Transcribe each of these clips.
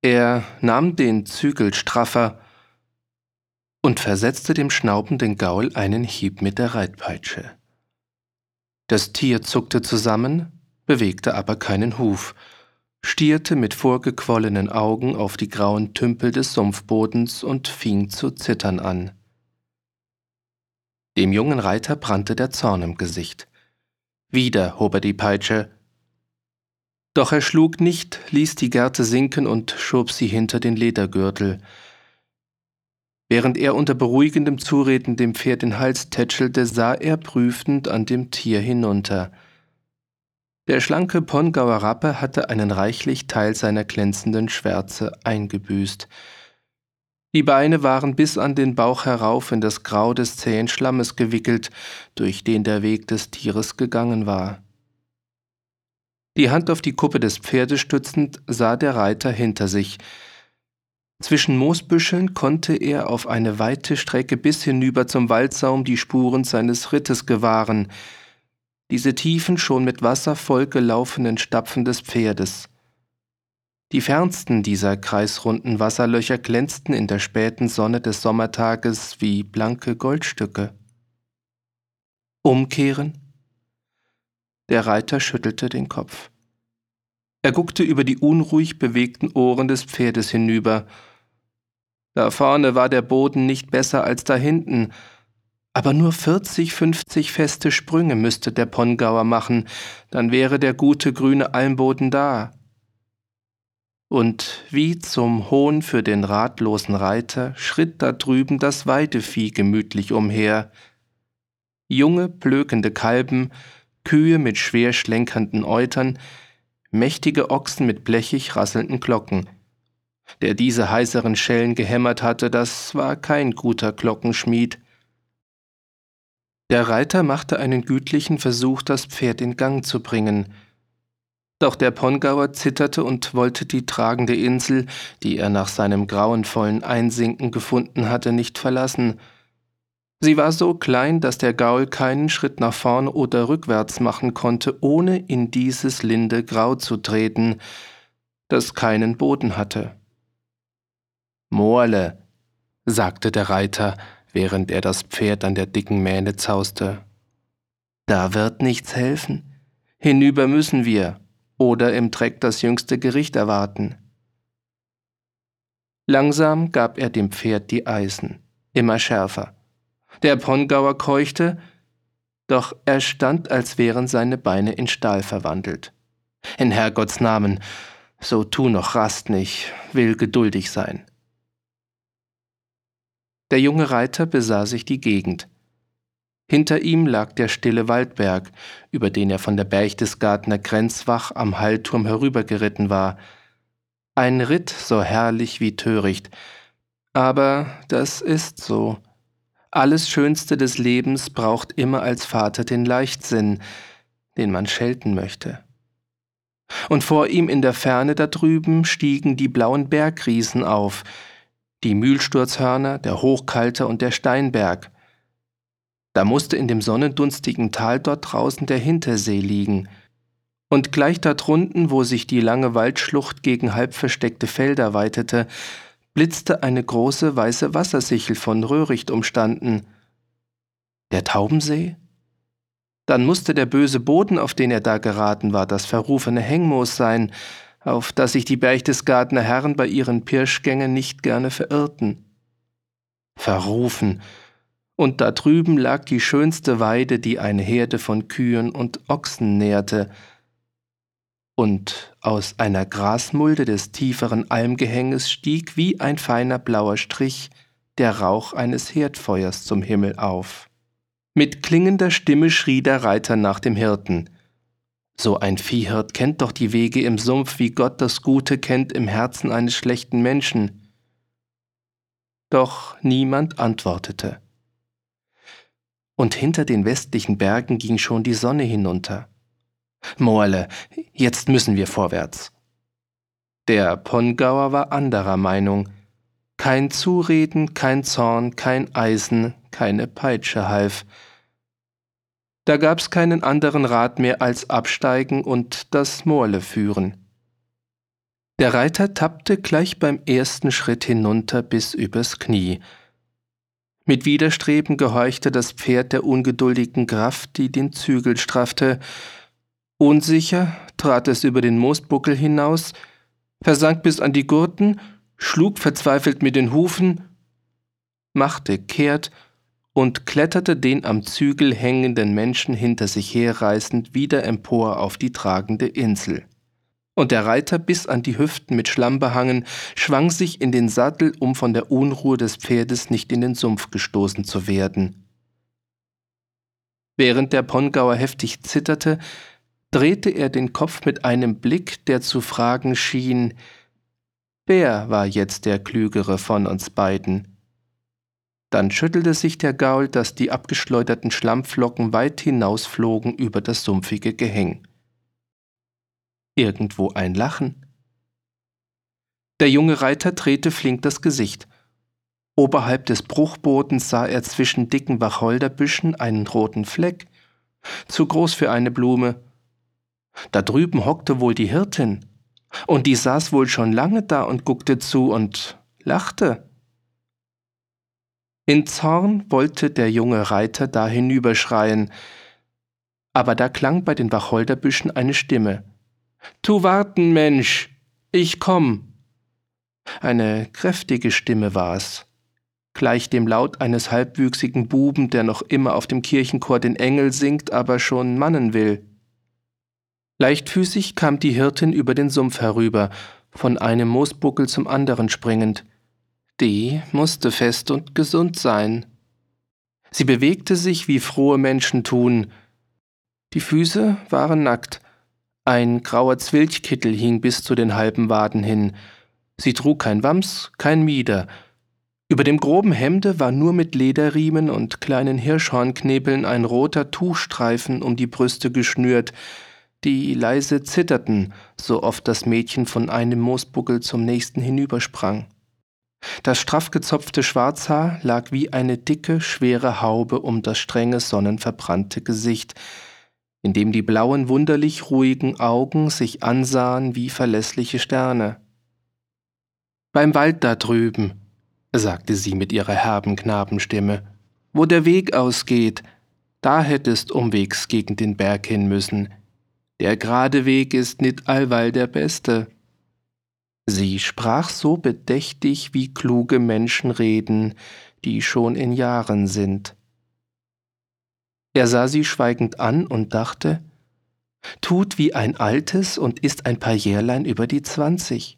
Er nahm den Zügel straffer und versetzte dem schnaubenden Gaul einen Hieb mit der Reitpeitsche. Das Tier zuckte zusammen, bewegte aber keinen Huf, stierte mit vorgequollenen Augen auf die grauen Tümpel des Sumpfbodens und fing zu zittern an. Dem jungen Reiter brannte der Zorn im Gesicht. Wieder hob er die Peitsche. Doch er schlug nicht, ließ die Gerte sinken und schob sie hinter den Ledergürtel. Während er unter beruhigendem Zureden dem Pferd den Hals tätschelte, sah er prüfend an dem Tier hinunter. Der schlanke Pongauer Rappe hatte einen reichlich Teil seiner glänzenden Schwärze eingebüßt. Die Beine waren bis an den Bauch herauf in das Grau des zähen Schlammes gewickelt, durch den der Weg des Tieres gegangen war. Die Hand auf die Kuppe des Pferdes stützend, sah der Reiter hinter sich. Zwischen Moosbüscheln konnte er auf eine weite Strecke bis hinüber zum Waldsaum die Spuren seines Rittes gewahren, diese tiefen, schon mit Wasser vollgelaufenen Stapfen des Pferdes. Die fernsten dieser kreisrunden Wasserlöcher glänzten in der späten Sonne des Sommertages wie blanke Goldstücke. Umkehren? Der Reiter schüttelte den Kopf. Er guckte über die unruhig bewegten Ohren des Pferdes hinüber. Da vorne war der Boden nicht besser als da hinten, aber nur 40, 50 feste Sprünge müsste der Pongauer machen, dann wäre der gute grüne Almboden da. Und wie zum Hohn für den ratlosen Reiter schritt da drüben das Weidevieh gemütlich umher. Junge, blökende Kalben, Kühe mit schwer schlenkernden Eutern, mächtige Ochsen mit blechig rasselnden Glocken. Der diese heißeren Schellen gehämmert hatte, das war kein guter Glockenschmied. Der Reiter machte einen gütlichen Versuch, das Pferd in Gang zu bringen. Doch der Pongauer zitterte und wollte die tragende Insel, die er nach seinem grauenvollen Einsinken gefunden hatte, nicht verlassen. Sie war so klein, dass der Gaul keinen Schritt nach vorn oder rückwärts machen konnte, ohne in dieses linde Grau zu treten, das keinen Boden hatte. »Morle«, sagte der Reiter, während er das Pferd an der dicken Mähne zauste. »Da wird nichts helfen. Hinüber müssen wir, oder im Dreck das jüngste Gericht erwarten.« Langsam gab er dem Pferd die Eisen, immer schärfer. Der Pongauer keuchte, doch er stand, als wären seine Beine in Stahl verwandelt. »In Herrgotts Namen, so tu noch Rast nicht, will geduldig sein.« Der junge Reiter besah sich die Gegend. Hinter ihm lag der stille Waldberg, über den er von der Berchtesgadener Grenzwach am Hallturm herübergeritten war. Ein Ritt so herrlich wie töricht. Aber das ist so. Alles Schönste des Lebens braucht immer als Vater den Leichtsinn, den man schelten möchte. Und vor ihm in der Ferne da drüben stiegen die blauen Bergriesen auf, die Mühlsturzhörner, der Hochkalter und der Steinberg. Da musste in dem sonnendunstigen Tal dort draußen der Hintersee liegen. Und gleich da drunten, wo sich die lange Waldschlucht gegen halb versteckte Felder weitete, blitzte eine große weiße Wassersichel von Röhricht umstanden. Der Taubensee? Dann musste der böse Boden, auf den er da geraten war, das verrufene Hengmoos sein, auf das sich die Berchtesgadener Herren bei ihren Pirschgängen nicht gerne verirrten. Verrufen! Und da drüben lag die schönste Weide, die eine Herde von Kühen und Ochsen nährte. Und aus einer Grasmulde des tieferen Almgehänges stieg wie ein feiner blauer Strich der Rauch eines Herdfeuers zum Himmel auf. Mit klingender Stimme schrie der Reiter nach dem Hirten. So ein Viehhirt kennt doch die Wege im Sumpf, wie Gott das Gute kennt im Herzen eines schlechten Menschen. Doch niemand antwortete. Und hinter den westlichen Bergen ging schon die Sonne hinunter. »Morle, jetzt müssen wir vorwärts.« Der Pongauer war anderer Meinung. Kein Zureden, kein Zorn, kein Eisen, keine Peitsche half. Da gab's keinen anderen Rat mehr als absteigen und das Morle führen. Der Reiter tappte gleich beim ersten Schritt hinunter bis übers Knie. Mit Widerstreben gehorchte das Pferd der ungeduldigen Kraft, die den Zügel straffte. Unsicher trat es über den Moosbuckel hinaus, versank bis an die Gurten, schlug verzweifelt mit den Hufen, machte kehrt und kletterte den am Zügel hängenden Menschen hinter sich herreißend wieder empor auf die tragende Insel. Und der Reiter, bis an die Hüften mit Schlamm behangen, schwang sich in den Sattel, um von der Unruhe des Pferdes nicht in den Sumpf gestoßen zu werden. Während der Pongauer heftig zitterte, drehte er den Kopf mit einem Blick, der zu fragen schien: Wer war jetzt der Klügere von uns beiden? Dann schüttelte sich der Gaul, dass die abgeschleuderten Schlammflocken weit hinausflogen über das sumpfige Gehäng. Irgendwo ein Lachen. Der junge Reiter drehte flink das Gesicht. Oberhalb des Bruchbodens sah er zwischen dicken Wacholderbüschen einen roten Fleck, zu groß für eine Blume. Da drüben hockte wohl die Hirtin, und die saß wohl schon lange da und guckte zu und lachte. In Zorn wollte der junge Reiter da hinüberschreien, aber da klang bei den Wacholderbüschen eine Stimme: »Tu warten, Mensch, ich komm!« Eine kräftige Stimme war's, gleich dem Laut eines halbwüchsigen Buben, der noch immer auf dem Kirchenchor den Engel singt, aber schon mannen will. Leichtfüßig kam die Hirtin über den Sumpf herüber, von einem Moosbuckel zum anderen springend. Die musste fest und gesund sein. Sie bewegte sich, wie frohe Menschen tun. Die Füße waren nackt. Ein grauer Zwilchkittel hing bis zu den halben Waden hin. Sie trug kein Wams, kein Mieder. Über dem groben Hemde war nur mit Lederriemen und kleinen Hirschhornknebeln ein roter Tuchstreifen um die Brüste geschnürt, die leise zitterten, so oft das Mädchen von einem Moosbuckel zum nächsten hinübersprang. Das straff gezopfte Schwarzhaar lag wie eine dicke, schwere Haube um das strenge, sonnenverbrannte Gesicht, in dem die blauen, wunderlich ruhigen Augen sich ansahen wie verlässliche Sterne. »Beim Wald da drüben«, sagte sie mit ihrer herben Knabenstimme, »wo der Weg ausgeht, da hättest umwegs gegen den Berg hin müssen. Der gerade Weg ist nit allweil der beste.« Sie sprach so bedächtig, wie kluge Menschen reden, die schon in Jahren sind. Er sah sie schweigend an und dachte, tut wie ein Altes und ist ein paar Jährlein über die 20.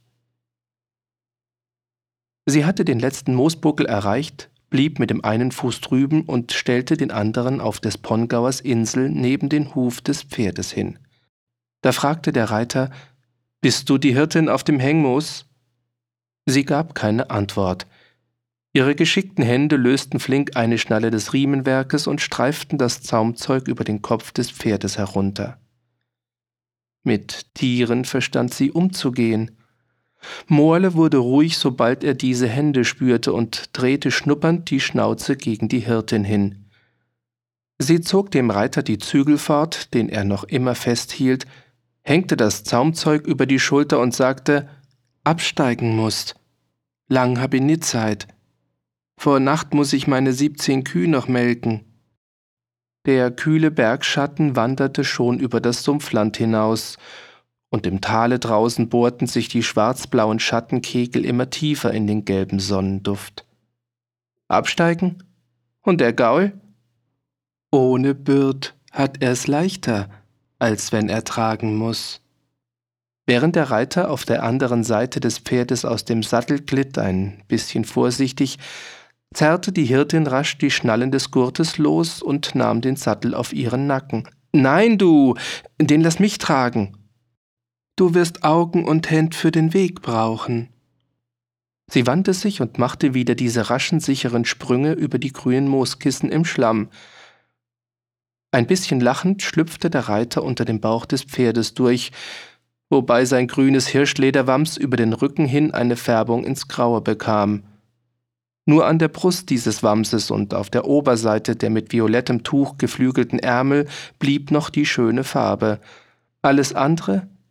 Sie hatte den letzten Moosbuckel erreicht, blieb mit dem einen Fuß drüben und stellte den anderen auf des Pongauers Insel neben den Huf des Pferdes hin. Da fragte der Reiter: »Bist du die Hirtin auf dem Hängmoos?« Sie gab keine Antwort. Ihre geschickten Hände lösten flink eine Schnalle des Riemenwerkes und streiften das Zaumzeug über den Kopf des Pferdes herunter. Mit Tieren verstand sie umzugehen. Morle wurde ruhig, sobald er diese Hände spürte, und drehte schnuppernd die Schnauze gegen die Hirtin hin. Sie zog dem Reiter die Zügel fort, den er noch immer festhielt, hängte das Zaumzeug über die Schulter und sagte: »Absteigen musst. Lang hab ich nit Zeit. Vor Nacht muss ich meine 17 Kühe noch melken.« Der kühle Bergschatten wanderte schon über das Sumpfland hinaus, und im Tale draußen bohrten sich die schwarzblauen Schattenkegel immer tiefer in den gelben Sonnenduft. Absteigen? Und der Gaul? Ohne Bürt hat er's leichter, als wenn er tragen muss. Während der Reiter auf der anderen Seite des Pferdes aus dem Sattel glitt, ein bisschen vorsichtig, zerrte die Hirtin rasch die Schnallen des Gurtes los und nahm den Sattel auf ihren Nacken. »Nein, du, den lass mich tragen. Du wirst Augen und Händ für den Weg brauchen.« Sie wandte sich und machte wieder diese raschen, sicheren Sprünge über die grünen Mooskissen im Schlamm. Ein bisschen lachend schlüpfte der Reiter unter dem Bauch des Pferdes durch, wobei sein grünes Hirschlederwams über den Rücken hin eine Färbung ins Graue bekam. Nur an der Brust dieses Wamses und auf der Oberseite der mit violettem Tuch geflügelten Ärmel blieb noch die schöne Farbe. Alles andere,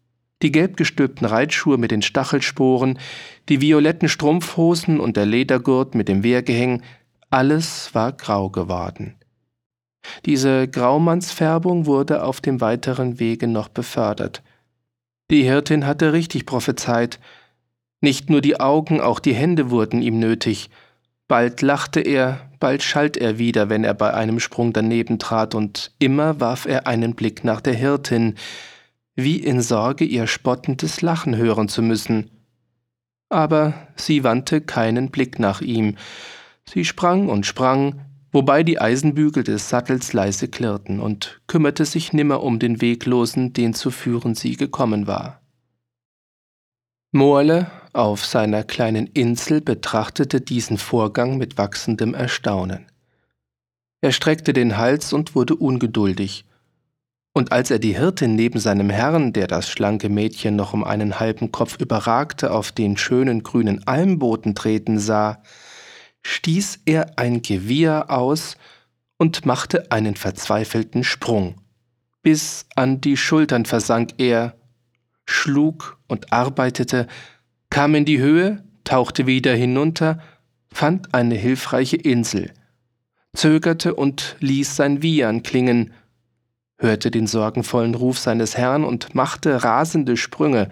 Die gelb gestülpten Reitschuhe mit den Stachelsporen, die violetten Strumpfhosen und der Ledergurt mit dem Wehrgehäng, alles war grau geworden. Diese Graumannsfärbung wurde auf dem weiteren Wege noch befördert. Die Hirtin hatte richtig prophezeit. Nicht nur die Augen, auch die Hände wurden ihm nötig. Bald lachte er, bald schalt er wieder, wenn er bei einem Sprung daneben trat, und immer warf er einen Blick nach der Hirtin, wie in Sorge, ihr spottendes Lachen hören zu müssen. Aber sie wandte keinen Blick nach ihm. Sie sprang und sprang, wobei die Eisenbügel des Sattels leise klirrten, und kümmerte sich nimmer um den Weglosen, den zu führen sie gekommen war. Morle auf seiner kleinen Insel betrachtete diesen Vorgang mit wachsendem Erstaunen. Er streckte den Hals und wurde ungeduldig. Und als er die Hirtin neben seinem Herrn, der das schlanke Mädchen noch um einen halben Kopf überragte, auf den schönen grünen Almboden treten sah, stieß er ein Gewieher aus und machte einen verzweifelten Sprung. Bis an die Schultern versank er, schlug und arbeitete, kam in die Höhe, tauchte wieder hinunter, fand eine hilfreiche Insel, zögerte und ließ sein Wiehern klingen, hörte den sorgenvollen Ruf seines Herrn und machte rasende Sprünge.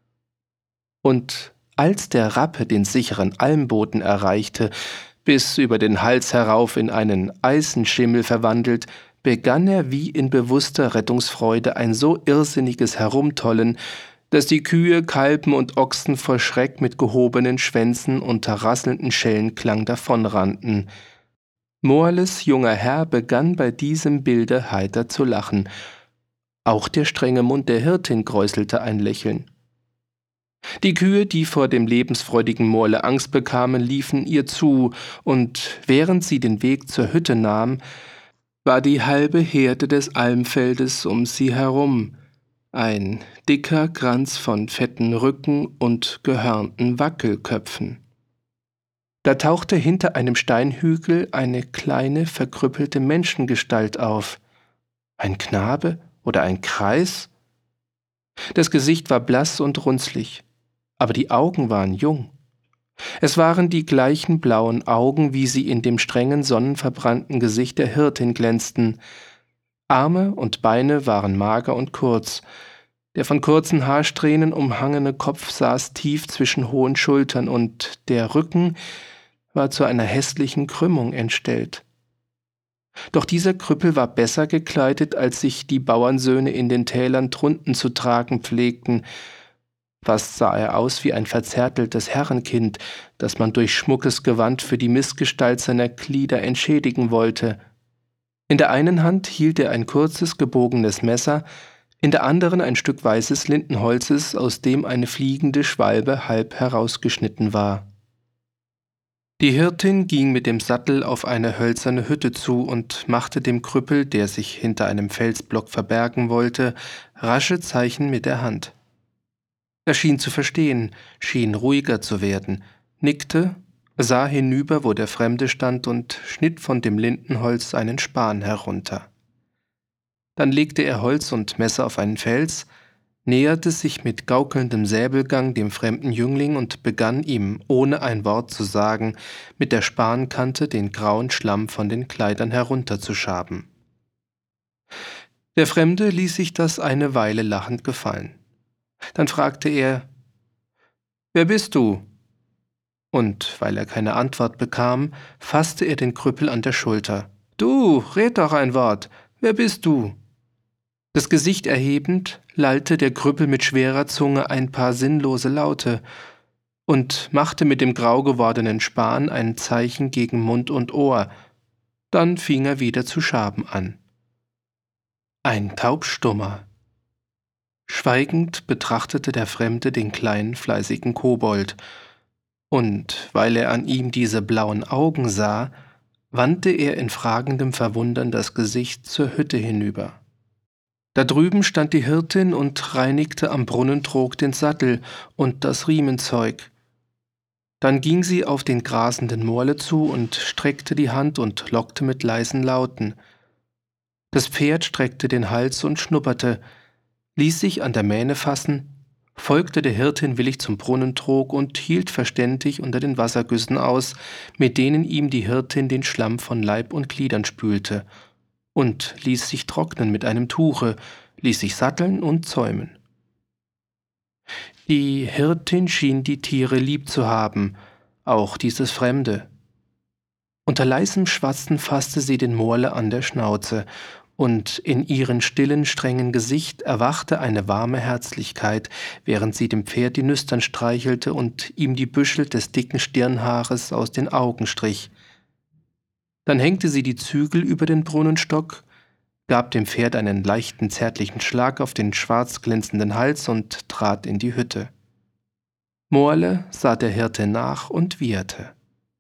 Und als der Rappe den sicheren Almboden erreichte, bis über den Hals herauf in einen Eisenschimmel verwandelt, begann er wie in bewusster Rettungsfreude ein so irrsinniges Herumtollen, dass die Kühe, Kalben und Ochsen vor Schreck mit gehobenen Schwänzen unter rasselnden Schellenklang davonrannten. Morles junger Herr begann bei diesem Bilde heiter zu lachen. Auch der strenge Mund der Hirtin kräuselte ein Lächeln. Die Kühe, die vor dem lebensfreudigen Morle Angst bekamen, liefen ihr zu, und während sie den Weg zur Hütte nahm, war die halbe Herde des Almfeldes um sie herum, ein dicker Kranz von fetten Rücken und gehörnten Wackelköpfen. Da tauchte hinter einem Steinhügel eine kleine, verkrüppelte Menschengestalt auf. Ein Knabe oder ein Kreis? Das Gesicht war blass und runzlig, aber die Augen waren jung. Es waren die gleichen blauen Augen, wie sie in dem strengen, sonnenverbrannten Gesicht der Hirtin glänzten. Arme und Beine waren mager und kurz. Der von kurzen Haarsträhnen umhangene Kopf saß tief zwischen hohen Schultern, und der Rücken war zu einer hässlichen Krümmung entstellt. Doch dieser Krüppel war besser gekleidet, als sich die Bauernsöhne in den Tälern drunten zu tragen pflegten. Fast sah er aus wie ein verzärteltes Herrenkind, das man durch schmuckes Gewand für die Missgestalt seiner Glieder entschädigen wollte. In der einen Hand hielt er ein kurzes, gebogenes Messer, in der anderen ein Stück weißes Lindenholzes, aus dem eine fliegende Schwalbe halb herausgeschnitten war. Die Hirtin ging mit dem Sattel auf eine hölzerne Hütte zu und machte dem Krüppel, der sich hinter einem Felsblock verbergen wollte, rasche Zeichen mit der Hand. Er schien zu verstehen, schien ruhiger zu werden, nickte, sah hinüber, wo der Fremde stand, und schnitt von dem Lindenholz einen Span herunter. Dann legte er Holz und Messer auf einen Fels, näherte sich mit gaukelndem Säbelgang dem fremden Jüngling und begann ihm, ohne ein Wort zu sagen, mit der Spankante den grauen Schlamm von den Kleidern herunterzuschaben. Der Fremde ließ sich das eine Weile lachend gefallen. Dann fragte er: »Wer bist du?« Und weil er keine Antwort bekam, fasste er den Krüppel an der Schulter. »Du, red doch ein Wort. Wer bist du?« Das Gesicht erhebend, lallte der Krüppel mit schwerer Zunge ein paar sinnlose Laute und machte mit dem grau gewordenen Span ein Zeichen gegen Mund und Ohr. Dann fing er wieder zu schaben an. Ein Taubstummer. Schweigend betrachtete der Fremde den kleinen, fleißigen Kobold, und weil er an ihm diese blauen Augen sah, wandte er in fragendem Verwundern das Gesicht zur Hütte hinüber. Da drüben stand die Hirtin und reinigte am Brunnentrog den Sattel und das Riemenzeug. Dann ging sie auf den grasenden Morle zu und streckte die Hand und lockte mit leisen Lauten. Das Pferd streckte den Hals und schnupperte, ließ sich an der Mähne fassen folgte der Hirtin willig zum Brunnentrog und hielt verständig unter den Wassergüssen aus, mit denen ihm die Hirtin den Schlamm von Leib und Gliedern spülte, und ließ sich trocknen mit einem Tuche, ließ sich satteln und zäumen. Die Hirtin schien die Tiere lieb zu haben, auch dieses Fremde. Unter leisem Schwatzen fasste sie den Morle an der Schnauze, und in ihrem stillen, strengen Gesicht erwachte eine warme Herzlichkeit, während sie dem Pferd die Nüstern streichelte und ihm die Büschel des dicken Stirnhaares aus den Augen strich. Dann hängte sie die Zügel über den Brunnenstock, gab dem Pferd einen leichten, zärtlichen Schlag auf den schwarz glänzenden Hals und trat in die Hütte. Morle sah der Hirte nach und wieherte.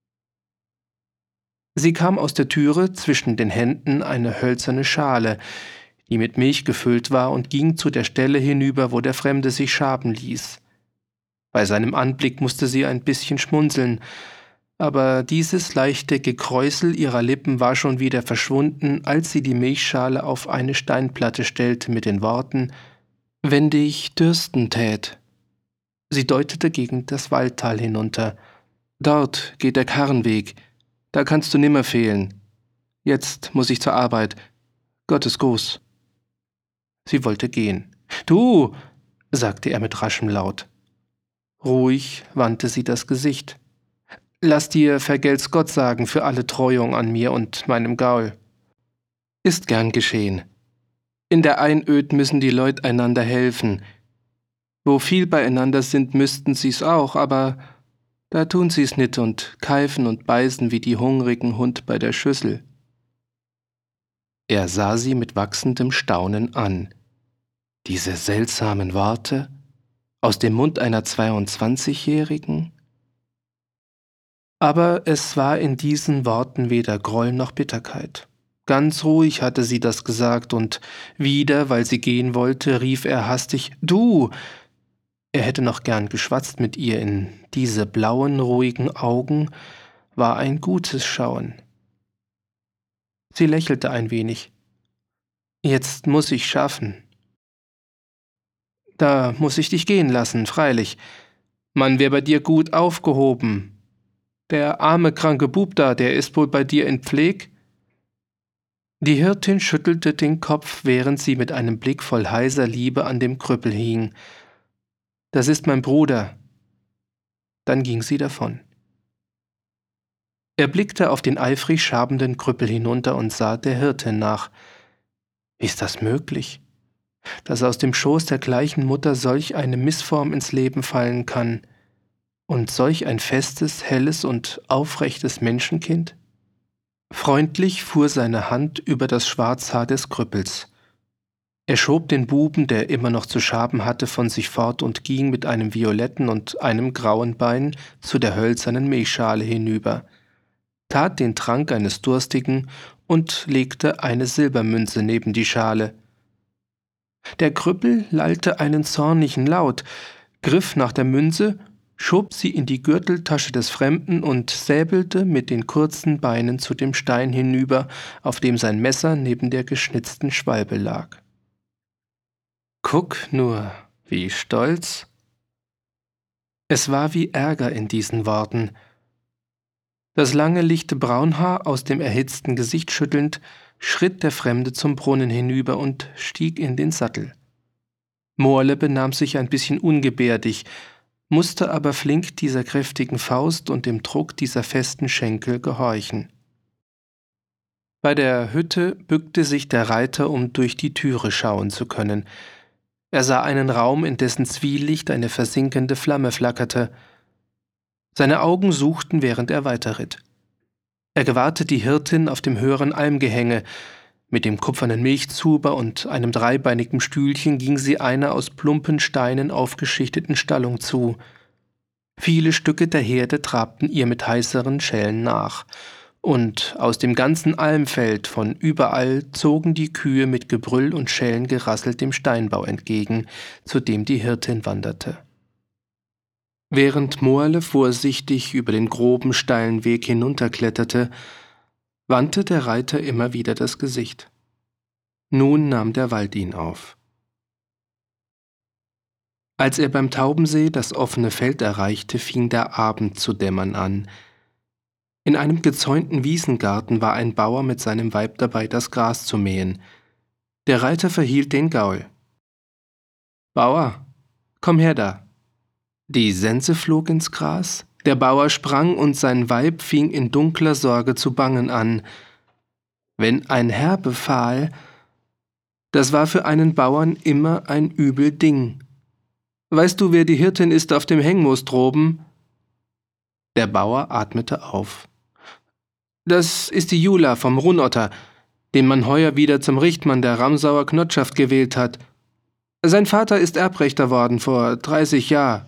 Sie kam aus der Türe, zwischen den Händen eine hölzerne Schale, die mit Milch gefüllt war, und ging zu der Stelle hinüber, wo der Fremde sich schaben ließ. Bei seinem Anblick musste sie ein bisschen schmunzeln, aber dieses leichte Gekräusel ihrer Lippen war schon wieder verschwunden, als sie die Milchschale auf eine Steinplatte stellte mit den Worten: »Wenn dich dürsten tät.« Sie deutete gegen das Waldtal hinunter. »Dort geht der Karrenweg. Da kannst du nimmer fehlen. Jetzt muss ich zur Arbeit. Gottes Gruß.« Sie wollte gehen. »Du«, sagte er mit raschem Laut. Ruhig wandte sie das Gesicht. »Lass dir vergelt's Gott sagen für alle Treuung an mir und meinem Gaul.« »Ist gern geschehen. In der Einöd müssen die Leut einander helfen. Wo viel beieinander sind, müssten sie's auch, aber da tun sie's nit und keifen und beißen wie die hungrigen Hund bei der Schüssel.« Er sah sie mit wachsendem Staunen an. Diese seltsamen Worte aus dem Mund einer 22-Jährigen? Aber es war in diesen Worten weder Groll noch Bitterkeit. Ganz ruhig hatte sie das gesagt, und wieder, weil sie gehen wollte, rief er hastig: »Du!« Er hätte noch gern geschwatzt mit ihr, in diese blauen, ruhigen Augen war ein gutes Schauen. Sie lächelte ein wenig. »Jetzt muss ich schaffen. Da muss ich dich gehen lassen, freilich. Man wär bei dir gut aufgehoben. Der arme, kranke Bub da, der ist wohl bei dir in Pfleg?« Die Hirtin schüttelte den Kopf, während sie mit einem Blick voll heiser Liebe an dem Krüppel hing. »Das ist mein Bruder.« Dann ging sie davon. Er blickte auf den eifrig schabenden Krüppel hinunter und sah der Hirtin nach. Ist das möglich, dass aus dem Schoß der gleichen Mutter solch eine Missform ins Leben fallen kann und solch ein festes, helles und aufrechtes Menschenkind? Freundlich fuhr seine Hand über das Schwarzhaar des Krüppels. Er schob den Buben, der immer noch zu schaben hatte, von sich fort und ging mit einem violetten und einem grauen Bein zu der hölzernen Milchschale hinüber, tat den Trank eines Durstigen und legte eine Silbermünze neben die Schale. Der Krüppel lallte einen zornigen Laut, griff nach der Münze, schob sie in die Gürteltasche des Fremden und säbelte mit den kurzen Beinen zu dem Stein hinüber, auf dem sein Messer neben der geschnitzten Schwalbe lag. »Guck nur, wie stolz!« Es war wie Ärger in diesen Worten. Das lange, lichte Braunhaar aus dem erhitzten Gesicht schüttelnd, schritt der Fremde zum Brunnen hinüber und stieg in den Sattel. Morle benahm sich ein bisschen ungebärdig, musste aber flink dieser kräftigen Faust und dem Druck dieser festen Schenkel gehorchen. Bei der Hütte bückte sich der Reiter, um durch die Türe schauen zu können. Er sah einen Raum, in dessen Zwielicht eine versinkende Flamme flackerte. Seine Augen suchten, während er weiterritt. Er gewahrte die Hirtin auf dem höheren Almgehänge. Mit dem kupfernen Milchzuber und einem dreibeinigen Stühlchen ging sie einer aus plumpen Steinen aufgeschichteten Stallung zu. Viele Stücke der Herde trabten ihr mit heißeren Schellen nach, und aus dem ganzen Almfeld von überall zogen die Kühe mit Gebrüll und Schellengerassel dem Steinbau entgegen, zu dem die Hirtin wanderte. Während Morle vorsichtig über den groben, steilen Weg hinunterkletterte, wandte der Reiter immer wieder das Gesicht. Nun nahm der Wald ihn auf. Als er beim Taubensee das offene Feld erreichte, fing der Abend zu dämmern an. In einem gezäunten Wiesengarten war ein Bauer mit seinem Weib dabei, das Gras zu mähen. Der Reiter verhielt den Gaul. »Bauer, komm her da!« Die Sense flog ins Gras, der Bauer sprang und sein Weib fing in dunkler Sorge zu bangen an. Wenn ein Herr befahl, das war für einen Bauern immer ein übel Ding. »Weißt du, wer die Hirtin ist auf dem Hengmoos droben?« Der Bauer atmete auf. »Das ist die Jula vom Runotter, den man heuer wieder zum Richtmann der Ramsauer Knotschaft gewählt hat. Sein Vater ist Erbrechter worden vor 30 Jahr.«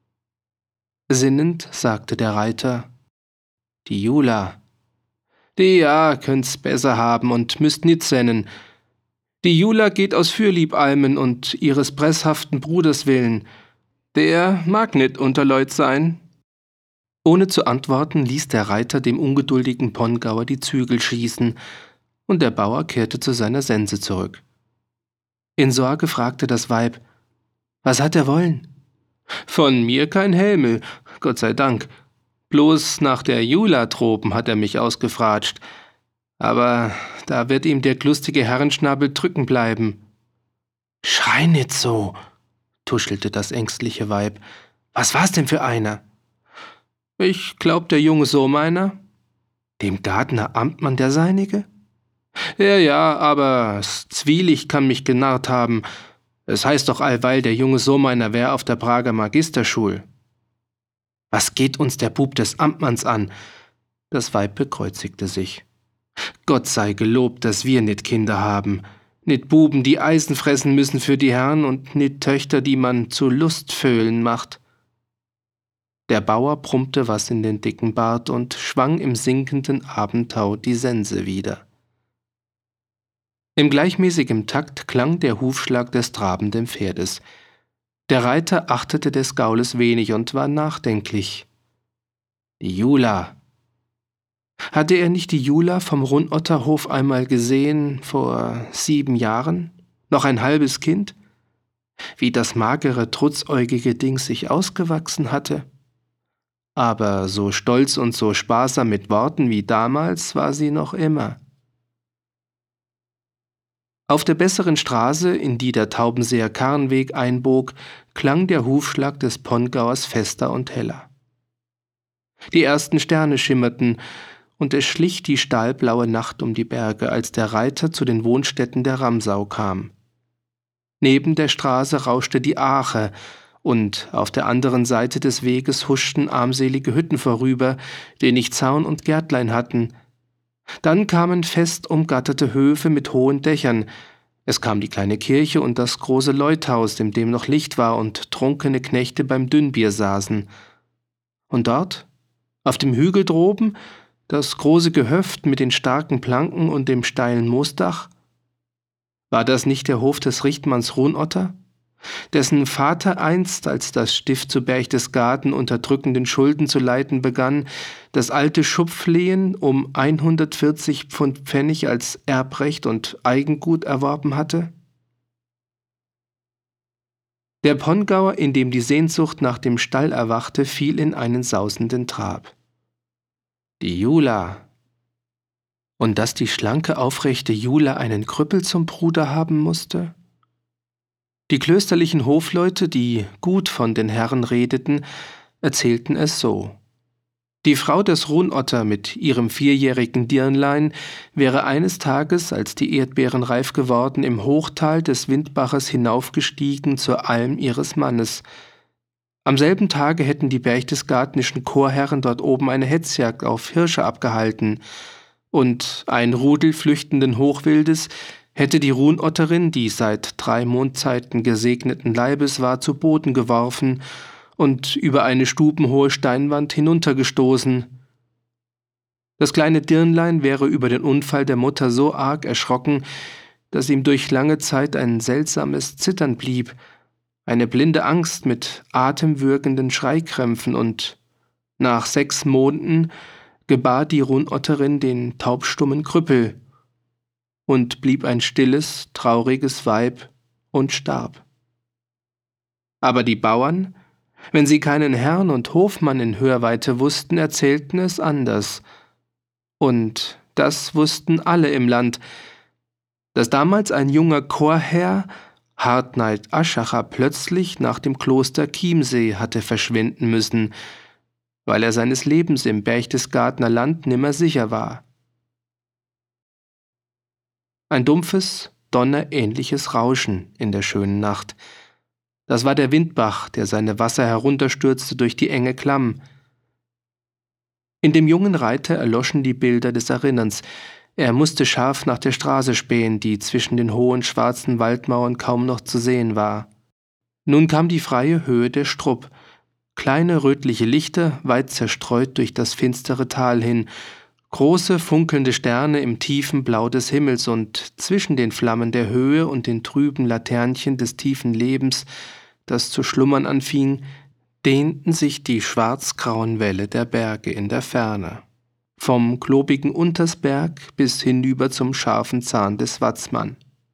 Sinnend sagte der Reiter: »Die Jula. Die ja, könnt's besser haben und müsst nit sennen. Die Jula geht aus Fürlieb-Almen und ihres presshaften Bruders willen. Der mag nit unter Leut sein.« Ohne zu antworten, ließ der Reiter dem ungeduldigen Pongauer die Zügel schießen, und der Bauer kehrte zu seiner Sense zurück. In Sorge fragte das Weib: »Was hat er wollen?« »Von mir kein Helmel, Gott sei Dank. Bloß nach der Jula-Tropen hat er mich ausgefratscht. Aber da wird ihm der glustige Herrenschnabel drücken bleiben.« »Schrei nit so«, tuschelte das ängstliche Weib. »Was war's denn für einer?« »Ich glaub, der junge Sohn meiner.« »Dem Gardner Amtmann der seinige?« »Ja, aber Zwielicht kann mich genarrt haben. Es heißt doch allweil, der junge Sohn meiner wär auf der Prager Magisterschul.« »Was geht uns der Bub des Amtmanns an?« Das Weib bekreuzigte sich. »Gott sei gelobt, dass wir nit Kinder haben. Nit Buben, die Eisen fressen müssen für die Herren, und nit Töchter, die man zu Lustvögeln macht.« Der Bauer brummte was in den dicken Bart und schwang im sinkenden Abendtau die Sense wieder. Im gleichmäßigen Takt klang der Hufschlag des trabenden Pferdes. Der Reiter achtete des Gaules wenig und war nachdenklich. Die Jula. Hatte er nicht die Jula vom Runotterhof einmal gesehen, vor 7 Jahren? Noch ein halbes Kind? Wie das magere, trutzäugige Ding sich ausgewachsen hatte? Aber so stolz und so sparsam mit Worten wie damals war sie noch immer. Auf der besseren Straße, in die der Taubenseer Karrenweg einbog, klang der Hufschlag des Pongauers fester und heller. Die ersten Sterne schimmerten, und es schlich die stahlblaue Nacht um die Berge, als der Reiter zu den Wohnstätten der Ramsau kam. Neben der Straße rauschte die Aache, und auf der anderen Seite des Weges huschten armselige Hütten vorüber, die nicht Zaun und Gärtlein hatten. Dann kamen fest umgatterte Höfe mit hohen Dächern. Es kam die kleine Kirche und das große Leuthaus, in dem noch Licht war und trunkene Knechte beim Dünnbier saßen. Und dort, auf dem Hügel droben, das große Gehöft mit den starken Planken und dem steilen Moosdach? War das nicht der Hof des Richtmanns Runotter, dessen Vater einst, als das Stift zu Berchtesgaden unter drückenden Schulden zu leiden begann, das alte Schupflehen um 140 Pfund Pfennig als Erbrecht und Eigengut erworben hatte? Der Pongauer, in dem die Sehnsucht nach dem Stall erwachte, fiel in einen sausenden Trab. Die Jula. Und dass die schlanke, aufrechte Jula einen Krüppel zum Bruder haben musste? Die klösterlichen Hofleute, die gut von den Herren redeten, erzählten es so. Die Frau des Runotter mit ihrem 4-jährigen Dirnlein wäre eines Tages, als die Erdbeeren reif geworden, im Hochtal des Windbaches hinaufgestiegen zur Alm ihres Mannes. Am selben Tage hätten die berchtesgadenischen Chorherren dort oben eine Hetzjagd auf Hirsche abgehalten, und ein Rudel flüchtenden Hochwildes hätte die Runotterin, die seit 3 Mondzeiten gesegneten Leibes war, zu Boden geworfen und über eine stubenhohe Steinwand hinuntergestoßen. Das kleine Dirnlein wäre über den Unfall der Mutter so arg erschrocken, dass ihm durch lange Zeit ein seltsames Zittern blieb, eine blinde Angst mit atemwürgenden Schreikrämpfen, und nach 6 Monden gebar die Runotterin den taubstummen Krüppel und blieb ein stilles, trauriges Weib und starb. Aber die Bauern, wenn sie keinen Herrn und Hofmann in Hörweite wussten, erzählten es anders. Und das wussten alle im Land, dass damals ein junger Chorherr, Hartnaid Aschacher, plötzlich nach dem Kloster Chiemsee hatte verschwinden müssen, weil er seines Lebens im Berchtesgadener Land nimmer sicher war. Ein dumpfes, donnerähnliches Rauschen in der schönen Nacht. Das war der Windbach, der seine Wasser herunterstürzte durch die enge Klamm. In dem jungen Reiter erloschen die Bilder des Erinnerns. Er musste scharf nach der Straße spähen, die zwischen den hohen schwarzen Waldmauern kaum noch zu sehen war. Nun kam die freie Höhe der Strupp, kleine rötliche Lichter, weit zerstreut durch das finstere Tal hin, große funkelnde Sterne im tiefen Blau des Himmels, und zwischen den Flammen der Höhe und den trüben Laternchen des tiefen Lebens, das zu schlummern anfing, dehnten sich die schwarzgrauen Wälle der Berge in der Ferne, vom klobigen Untersberg bis hinüber zum scharfen Zahn des Watzmann.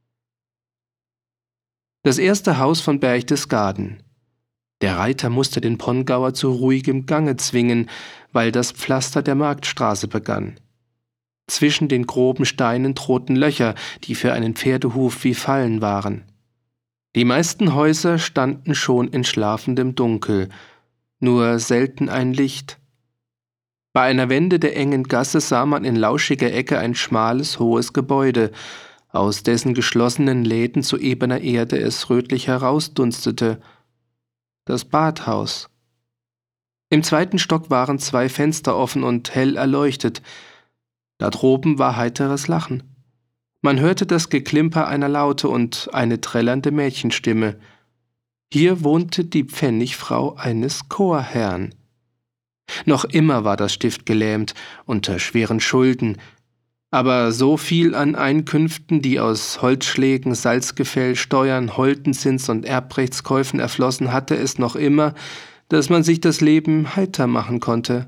Das erste Haus von Berchtesgaden. Der Reiter musste den Pongauer zu ruhigem Gange zwingen, weil das Pflaster der Marktstraße begann. Zwischen den groben Steinen drohten Löcher, die für einen Pferdehuf wie Fallen waren. Die meisten Häuser standen schon in schlafendem Dunkel, nur selten ein Licht. Bei einer Wende der engen Gasse sah man in lauschiger Ecke ein schmales, hohes Gebäude, aus dessen geschlossenen Läden zu ebener Erde es rötlich herausdunstete. Das Badhaus. Im zweiten Stock waren 2 Fenster offen und hell erleuchtet. Da droben war heiteres Lachen. Man hörte das Geklimper einer Laute und eine trällernde Mädchenstimme. Hier wohnte die Pfennigfrau eines Chorherrn. Noch immer war das Stift gelähmt, unter schweren Schulden, aber so viel an Einkünften, die aus Holzschlägen, Salzgefäll, Steuern, Holdenzins und Erbrechtskäufen erflossen, hatte es noch immer, dass man sich das Leben heiter machen konnte.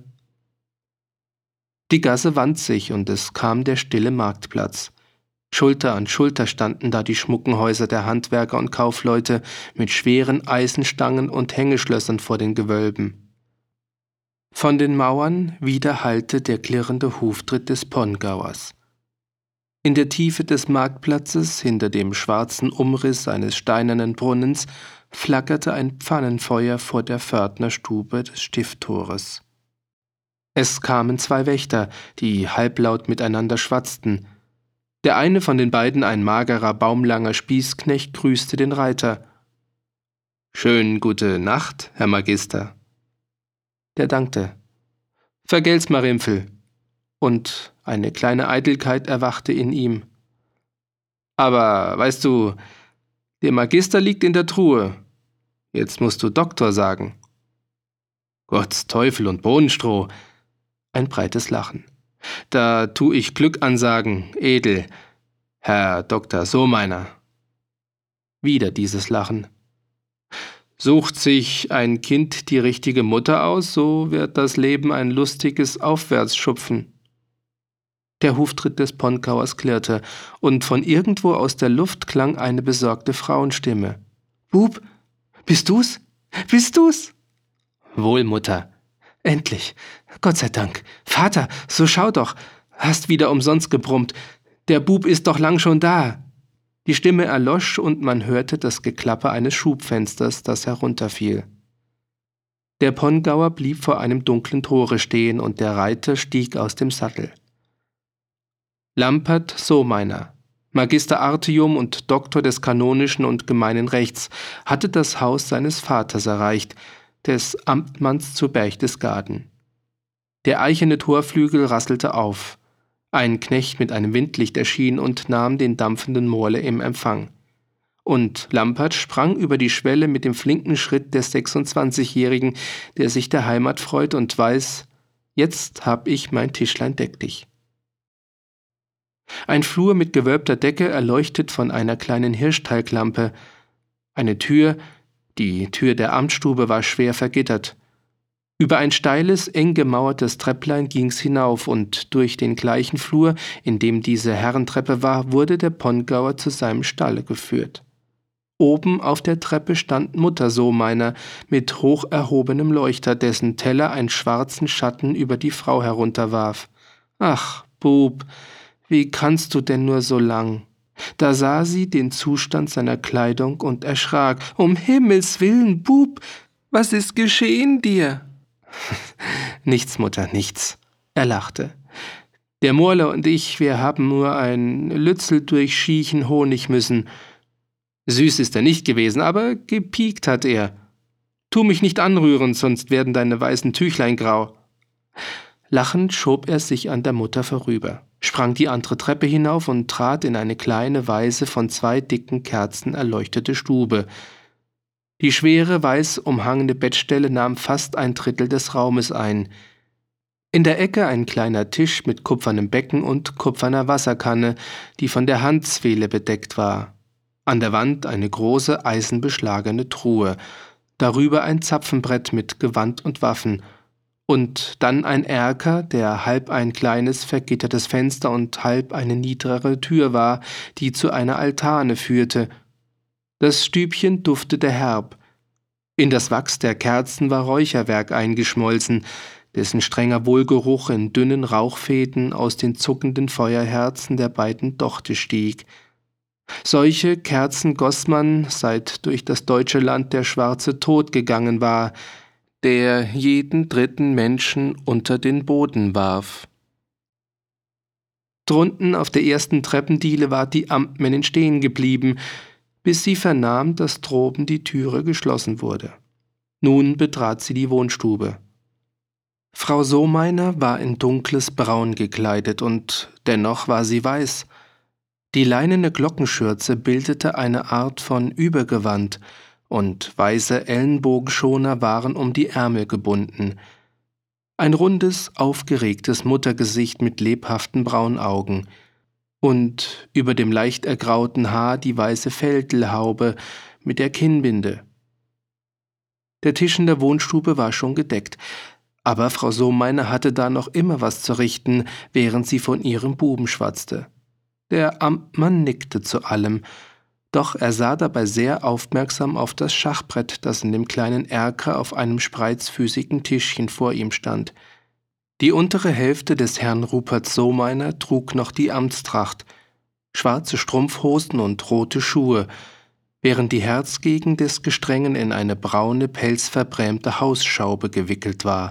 Die Gasse wand sich und es kam der stille Marktplatz. Schulter an Schulter standen da die schmucken Häuser der Handwerker und Kaufleute mit schweren Eisenstangen und Hängeschlössern vor den Gewölben. Von den Mauern widerhallte der klirrende Huftritt des Pongauers. In der Tiefe des Marktplatzes, hinter dem schwarzen Umriss eines steinernen Brunnens, flackerte ein Pfannenfeuer vor der Pförtnerstube des Stifttores. Es kamen 2 Wächter, die halblaut miteinander schwatzten. Der eine von den beiden, ein magerer, baumlanger Spießknecht, grüßte den Reiter. »Schön gute Nacht, Herr Magister.« Der dankte. »Vergelt's, Marimpfel.« Und eine kleine Eitelkeit erwachte in ihm. »Aber, weißt du, der Magister liegt in der Truhe. Jetzt musst du Doktor sagen.« »Gott's Teufel und Bohnenstroh!« Ein breites Lachen. »Da tu ich Glück ansagen, edel, Herr Dr. Sohmeiner.« Wieder dieses Lachen. »Sucht sich ein Kind die richtige Mutter aus, so wird das Leben ein lustiges Aufwärtsschupfen.« Der Huftritt des Pongauers klirrte, und von irgendwo aus der Luft klang eine besorgte Frauenstimme. »Bub, bist du's? Bist du's?« »Wohl, Mutter. Endlich. Gott sei Dank. Vater, so schau doch. Hast wieder umsonst gebrummt. Der Bub ist doch lang schon da.« Die Stimme erlosch und man hörte das Geklapper eines Schubfensters, das herunterfiel. Der Pongauer blieb vor einem dunklen Tore stehen und der Reiter stieg aus dem Sattel. Lampert Sohmeiner, Magister Artium und Doktor des kanonischen und gemeinen Rechts, hatte das Haus seines Vaters erreicht, des Amtmanns zu Berchtesgaden. Der eichene Torflügel rasselte auf. Ein Knecht mit einem Windlicht erschien und nahm den dampfenden Morle im Empfang. Und Lampert sprang über die Schwelle mit dem flinken Schritt des 26-Jährigen, der sich der Heimat freut und weiß, jetzt hab ich mein Tischlein deck dich. Ein Flur mit gewölbter Decke, erleuchtet von einer kleinen Hirschtalglampe. Eine Tür, die Tür der Amtsstube, war schwer vergittert. Über ein steiles, eng gemauertes Trepplein ging's hinauf, und durch den gleichen Flur, in dem diese Herrentreppe war, wurde der Pongauer zu seinem Stalle geführt. Oben auf der Treppe stand Mutter Sohmeiner mit hoch erhobenem Leuchter, dessen Teller einen schwarzen Schatten über die Frau herunterwarf. »Ach, Bub, wie kannst du denn nur so lang?« Da sah sie den Zustand seiner Kleidung und erschrak. »Um Himmels willen, Bub, was ist geschehen dir?« »Nichts, Mutter, nichts.« Er lachte. »Der Murler und ich, wir haben nur ein Lützel durch Schiechen Honig müssen. Süß ist er nicht gewesen, aber gepiekt hat er. Tu mich nicht anrühren, sonst werden deine weißen Tüchlein grau.« Lachend schob er sich an der Mutter vorüber, sprang die andere Treppe hinauf und trat in eine kleine, weiße, von 2 dicken Kerzen erleuchtete Stube. Die schwere, weiß umhangene Bettstelle nahm fast 1/3 des Raumes ein. In der Ecke ein kleiner Tisch mit kupfernem Becken und kupferner Wasserkanne, die von der Handzwehle bedeckt war. An der Wand eine große, eisenbeschlagene Truhe, darüber ein Zapfenbrett mit Gewand und Waffen, und dann ein Erker, der halb ein kleines, vergittertes Fenster und halb eine niedrigere Tür war, die zu einer Altane führte. Das Stübchen duftete herb. In das Wachs der Kerzen war Räucherwerk eingeschmolzen, dessen strenger Wohlgeruch in dünnen Rauchfäden aus den zuckenden Feuerherzen der beiden Dochte stieg. Solche Kerzen goss man, seit durch das deutsche Land der schwarze Tod gegangen war, der jeden 3. Menschen unter den Boden warf. Drunten auf der ersten Treppendiele war die Amtmännin stehen geblieben, bis sie vernahm, dass droben die Türe geschlossen wurde. Nun betrat sie die Wohnstube. Frau Sohmeiner war in dunkles Braun gekleidet, und dennoch war sie weiß. Die leinene Glockenschürze bildete eine Art von Übergewand, und weiße Ellenbogenschoner waren um die Ärmel gebunden. Ein rundes, aufgeregtes Muttergesicht mit lebhaften braunen Augen, und über dem leicht ergrauten Haar die weiße Felltelhaube mit der Kinnbinde. Der Tisch in der Wohnstube war schon gedeckt, aber Frau Sohmeiner hatte da noch immer was zu richten, während sie von ihrem Buben schwatzte. Der Amtmann nickte zu allem, doch er sah dabei sehr aufmerksam auf das Schachbrett, das in dem kleinen Erker auf einem spreizfüßigen Tischchen vor ihm stand. Die untere Hälfte des Herrn Rupert Sohmeiner trug noch die Amtstracht, schwarze Strumpfhosen und rote Schuhe, während die Herzgegend des Gestrengen in eine braune, pelzverbrämte Hausschaube gewickelt war.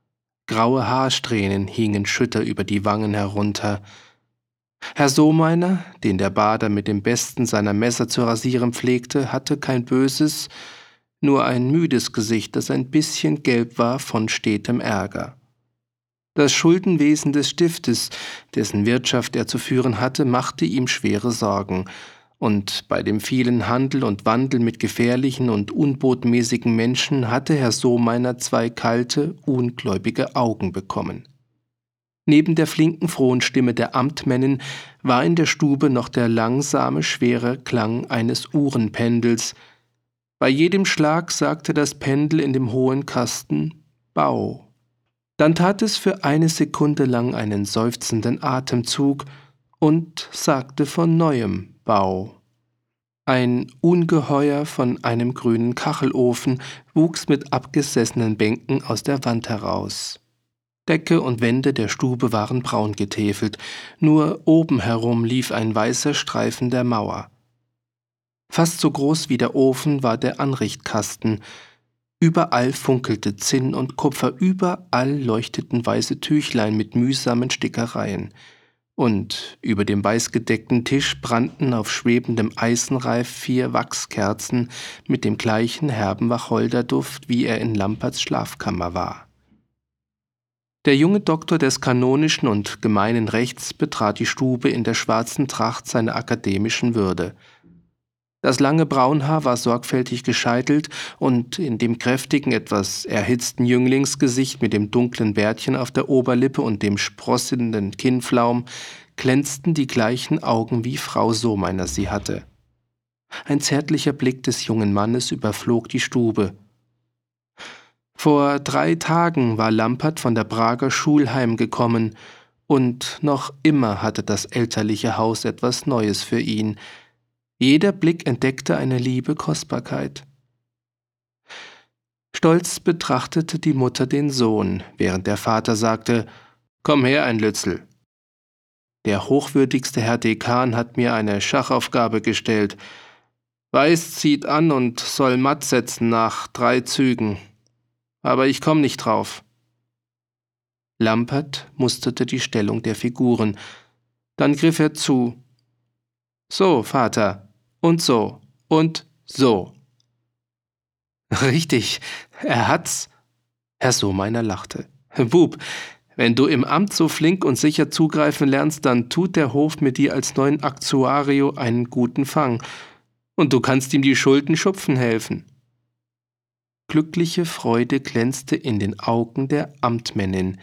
Graue Haarsträhnen hingen schütter über die Wangen herunter. Herr Sohmeiner, den der Bader mit dem besten seiner Messer zu rasieren pflegte, hatte kein böses, nur ein müdes Gesicht, das ein bisschen gelb war von stetem Ärger. Das Schuldenwesen des Stiftes, dessen Wirtschaft er zu führen hatte, machte ihm schwere Sorgen, und bei dem vielen Handel und Wandel mit gefährlichen und unbotmäßigen Menschen hatte Herr Sohmeiner 2 kalte, ungläubige Augen bekommen. Neben der flinken, frohen Stimme der Amtmännin war in der Stube noch der langsame, schwere Klang eines Uhrenpendels. Bei jedem Schlag sagte das Pendel in dem hohen Kasten »Bau«. Dann tat es für eine Sekunde lang einen seufzenden Atemzug und sagte von neuem »Bau«. Ein Ungeheuer von einem grünen Kachelofen wuchs mit abgesessenen Bänken aus der Wand heraus. Decke und Wände der Stube waren braun getäfelt, nur oben herum lief ein weißer Streifen der Mauer. Fast so groß wie der Ofen war der Anrichtkasten. Überall funkelte Zinn und Kupfer, überall leuchteten weiße Tüchlein mit mühsamen Stickereien. Und über dem weißgedeckten Tisch brannten auf schwebendem Eisenreif 4 Wachskerzen mit dem gleichen herben Wacholderduft, wie er in Lamperts Schlafkammer war. Der junge Doktor des kanonischen und gemeinen Rechts betrat die Stube in der schwarzen Tracht seiner akademischen Würde. Das lange Braunhaar war sorgfältig gescheitelt, und in dem kräftigen, etwas erhitzten Jünglingsgesicht mit dem dunklen Bärtchen auf der Oberlippe und dem sprossenden Kinnflaum glänzten die gleichen Augen, wie Frau Sohmeiner sie hatte. Ein zärtlicher Blick des jungen Mannes überflog die Stube. Vor 3 Tagen war Lampert von der Prager Schul heimgekommen, und noch immer hatte das elterliche Haus etwas Neues für ihn. Jeder Blick entdeckte eine liebe Kostbarkeit. Stolz betrachtete die Mutter den Sohn, während der Vater sagte: »Komm her, ein Lützel. Der hochwürdigste Herr Dekan hat mir eine Schachaufgabe gestellt. Weiß zieht an und soll matt setzen nach 3 Zügen. Aber ich komm nicht drauf.« Lampert musterte die Stellung der Figuren. Dann griff er zu. »So, Vater, und so, und so.« »Richtig, er hat's.« Herr Sohmeiner lachte. »Bub, wenn du im Amt so flink und sicher zugreifen lernst, dann tut der Hof mit dir als neuen Aktuario einen guten Fang. Und du kannst ihm die Schulden schupfen helfen.« Glückliche Freude glänzte in den Augen der Amtmännin.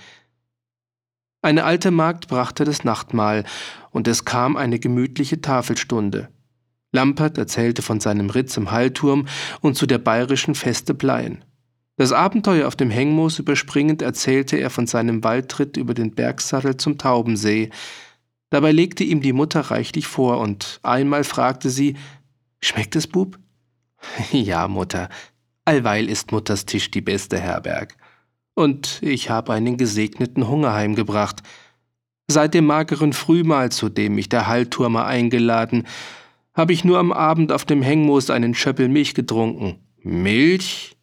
Eine alte Magd brachte das Nachtmahl, und es kam eine gemütliche Tafelstunde. Lampert erzählte von seinem Ritz im Hallturm und zu der bayerischen Feste Pleien. Das Abenteuer auf dem Hengmoos überspringend erzählte er von seinem Waldritt über den Bergsattel zum Taubensee. Dabei legte ihm die Mutter reichlich vor, und einmal fragte sie: »Schmeckt es, Bub?« »Ja, Mutter, allweil ist Mutters Tisch die beste Herberg. Und ich habe einen gesegneten Hunger heimgebracht. Seit dem mageren Frühmahl, zu dem mich der Hallturmer eingeladen, habe ich nur am Abend auf dem Hengmoos einen Schöppel Milch getrunken.« »Milch?«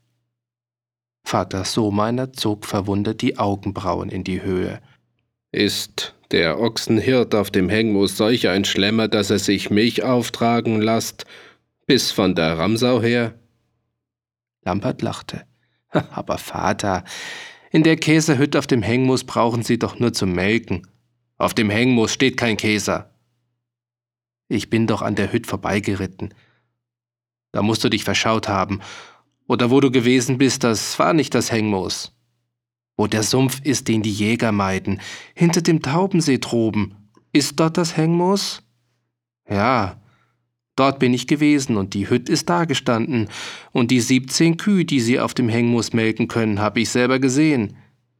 Vater Sohmeiner zog verwundert die Augenbrauen in die Höhe. »Ist der Ochsenhirt auf dem Hengmoos solch ein Schlemmer, dass er sich Milch auftragen lasst, bis von der Ramsau her?« Lampert lachte. »Aber Vater, in der Käserhütte auf dem Hengmoos brauchen Sie doch nur zu melken. Auf dem Hengmoos steht kein Käser.« »Ich bin doch an der Hütte vorbeigeritten. Da musst du dich verschaut haben. Oder wo du gewesen bist, das war nicht das Hengmoos. Wo der Sumpf ist, den die Jäger meiden, hinter dem Taubensee droben. Ist dort das Hengmoos?« »Ja, dort bin ich gewesen, und die Hütte ist dagestanden, und die 17 Kühe, die sie auf dem Hengmoos melken können, habe ich selber gesehen.«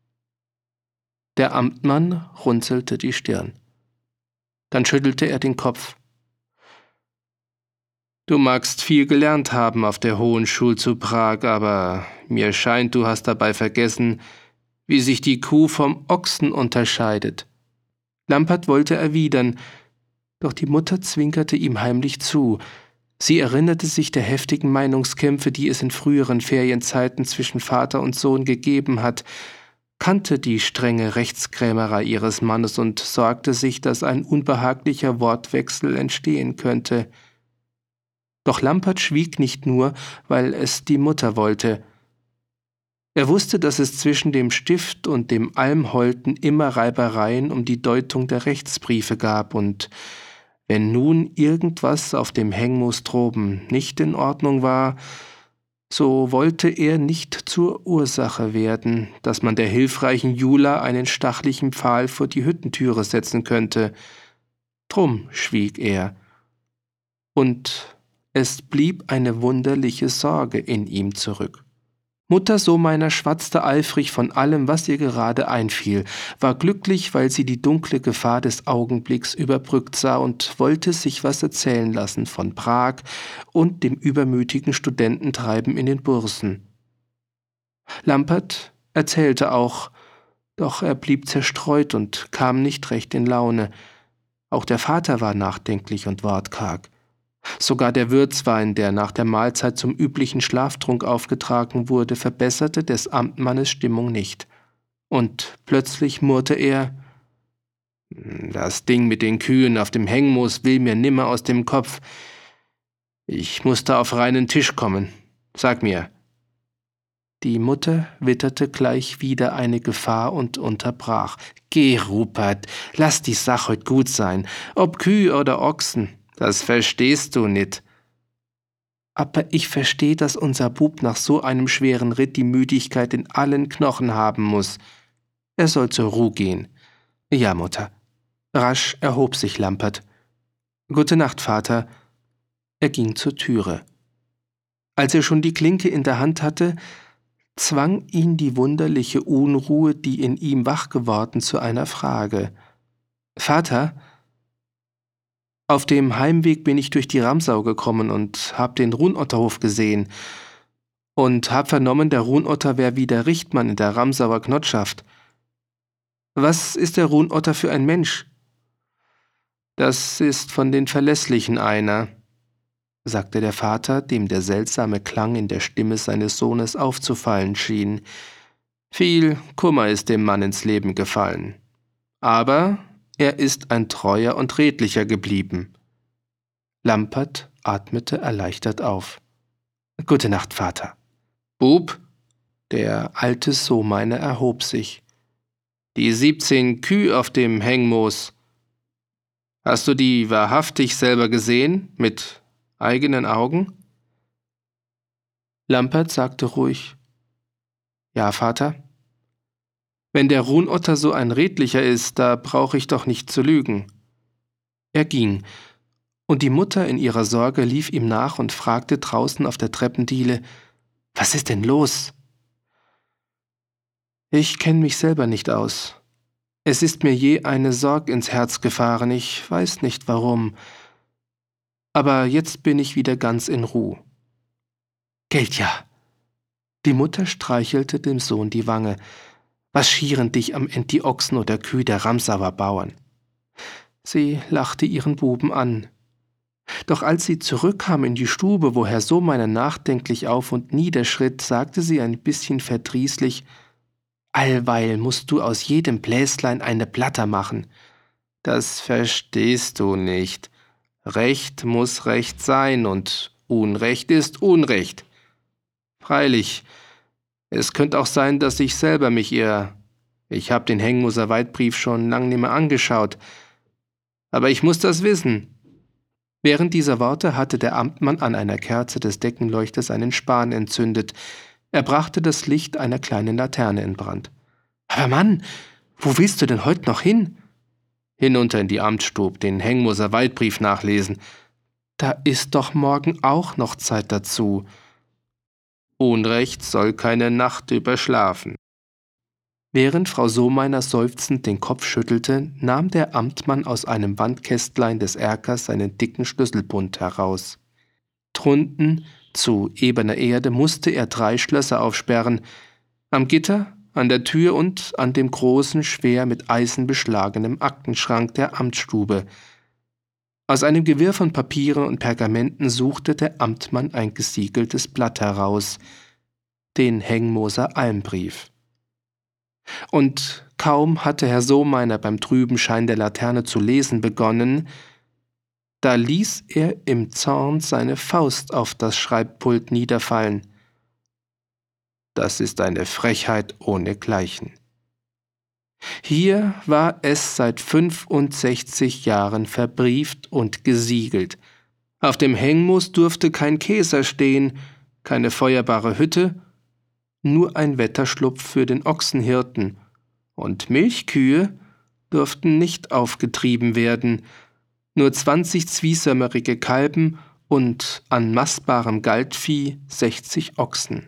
Der Amtmann runzelte die Stirn. Dann schüttelte er den Kopf. »Du magst viel gelernt haben auf der Hohen Schul zu Prag, aber mir scheint, du hast dabei vergessen, wie sich die Kuh vom Ochsen unterscheidet.« Lampert wollte erwidern, doch die Mutter zwinkerte ihm heimlich zu. Sie erinnerte sich der heftigen Meinungskämpfe, die es in früheren Ferienzeiten zwischen Vater und Sohn gegeben hat, kannte die strenge Rechtskrämerei ihres Mannes und sorgte sich, dass ein unbehaglicher Wortwechsel entstehen könnte. Doch Lampert schwieg nicht nur, weil es die Mutter wollte. Er wusste, dass es zwischen dem Stift und dem Almholten immer Reibereien um die Deutung der Rechtsbriefe gab, und wenn nun irgendwas auf dem Hengmoos droben nicht in Ordnung war, so wollte er nicht zur Ursache werden, dass man der hilfreichen Jula einen stachlichen Pfahl vor die Hüttentüre setzen könnte. Drum schwieg er. Und es blieb eine wunderliche Sorge in ihm zurück. Mutter Sohmeiner schwatzte eifrig von allem, was ihr gerade einfiel, war glücklich, weil sie die dunkle Gefahr des Augenblicks überbrückt sah und wollte sich was erzählen lassen von Prag und dem übermütigen Studententreiben in den Bursen. Lampert erzählte auch, doch er blieb zerstreut und kam nicht recht in Laune. Auch der Vater war nachdenklich und wortkarg. Sogar der Würzwein, der nach der Mahlzeit zum üblichen Schlaftrunk aufgetragen wurde, verbesserte des Amtmannes Stimmung nicht. Und plötzlich murrte er: »Das Ding mit den Kühen auf dem Hengmoos will mir nimmer aus dem Kopf. Ich musste auf reinen Tisch kommen. Sag mir.« Die Mutter witterte gleich wieder eine Gefahr und unterbrach: »Geh, Rupert, lass die Sache heut gut sein, ob Kühe oder Ochsen. Das verstehst du nit.« »Aber ich versteh, dass unser Bub nach so einem schweren Ritt die Müdigkeit in allen Knochen haben muss. Er soll zur Ruh gehen.« »Ja, Mutter.« Rasch erhob sich Lampert. »Gute Nacht, Vater.« Er ging zur Türe. Als er schon die Klinke in der Hand hatte, zwang ihn die wunderliche Unruhe, die in ihm wach geworden, zu einer Frage. »Vater?« Auf dem Heimweg bin ich durch die Ramsau gekommen und hab den Runotterhof gesehen und hab vernommen, der Runotter wär wie der Richtmann in der Ramsauer Knotschaft. Was ist der Runotter für ein Mensch?« »Das ist von den Verlässlichen einer«, sagte der Vater, dem der seltsame Klang in der Stimme seines Sohnes aufzufallen schien. »Viel Kummer ist dem Mann ins Leben gefallen. Aber er ist ein treuer und redlicher geblieben.« Lampert atmete erleichtert auf. »Gute Nacht, Vater.« »Bub«, der alte Sohmeiner erhob sich, »die 17 Kühe auf dem Hengmoos, hast du die wahrhaftig selber gesehen, mit eigenen Augen?« Lampert sagte ruhig, »Ja, Vater. Wenn der Runotter so ein redlicher ist, da brauche ich doch nicht zu lügen.« Er ging, und die Mutter in ihrer Sorge lief ihm nach und fragte draußen auf der Treppendiele, »Was ist denn los?« »Ich kenne mich selber nicht aus. Es ist mir je eine Sorg ins Herz gefahren, ich weiß nicht warum. Aber jetzt bin ich wieder ganz in Ruh.« »Gelt ja!« Die Mutter streichelte dem Sohn die Wange. »Was schieren dich am End die Ochsen oder Kühe der Ramsauer Bauern?« Sie lachte ihren Buben an. Doch als sie zurückkam in die Stube, wo Herr Sohmeiner nachdenklich auf und niederschritt, sagte sie ein bisschen verdrießlich, »Allweil musst du aus jedem Bläslein eine Platter machen.« »Das verstehst du nicht. Recht muss Recht sein und Unrecht ist Unrecht. Freilich, es könnte auch sein, dass ich selber mich irre. Ich hab den Hengmoser Weidbrief schon lang nimmer angeschaut. Aber ich muss das wissen.« Während dieser Worte hatte der Amtmann an einer Kerze des Deckenleuchters einen Span entzündet. Er brachte das Licht einer kleinen Laterne in Brand. »Aber Mann, wo willst du denn heute noch hin?« »Hinunter in die Amtsstub, den Hengmoser Weidbrief nachlesen.« »Da ist doch morgen auch noch Zeit dazu.« »Unrecht soll keine Nacht überschlafen.« Während Frau Sohmeiner seufzend den Kopf schüttelte, nahm der Amtmann aus einem Wandkästlein des Erkers seinen dicken Schlüsselbund heraus. Drunten, zu ebener Erde, musste er 3 Schlösser aufsperren, am Gitter, an der Tür und an dem großen, schwer mit Eisen beschlagenen Aktenschrank der Amtsstube. Aus einem Gewirr von Papieren und Pergamenten suchte der Amtmann ein gesiegeltes Blatt heraus, den Hengmoser Almbrief. Und kaum hatte Herr Sohmeiner beim trüben Schein der Laterne zu lesen begonnen, da ließ er im Zorn seine Faust auf das Schreibpult niederfallen. Das ist eine Frechheit ohnegleichen. Hier war es seit 65 Jahren verbrieft und gesiegelt. Auf dem Hengmoos durfte kein Käser stehen, keine feuerbare Hütte, nur ein Wetterschlupf für den Ochsenhirten, und Milchkühe durften nicht aufgetrieben werden, nur 20 zwiesämmerige Kalben und an mastbarem Galtvieh 60 Ochsen.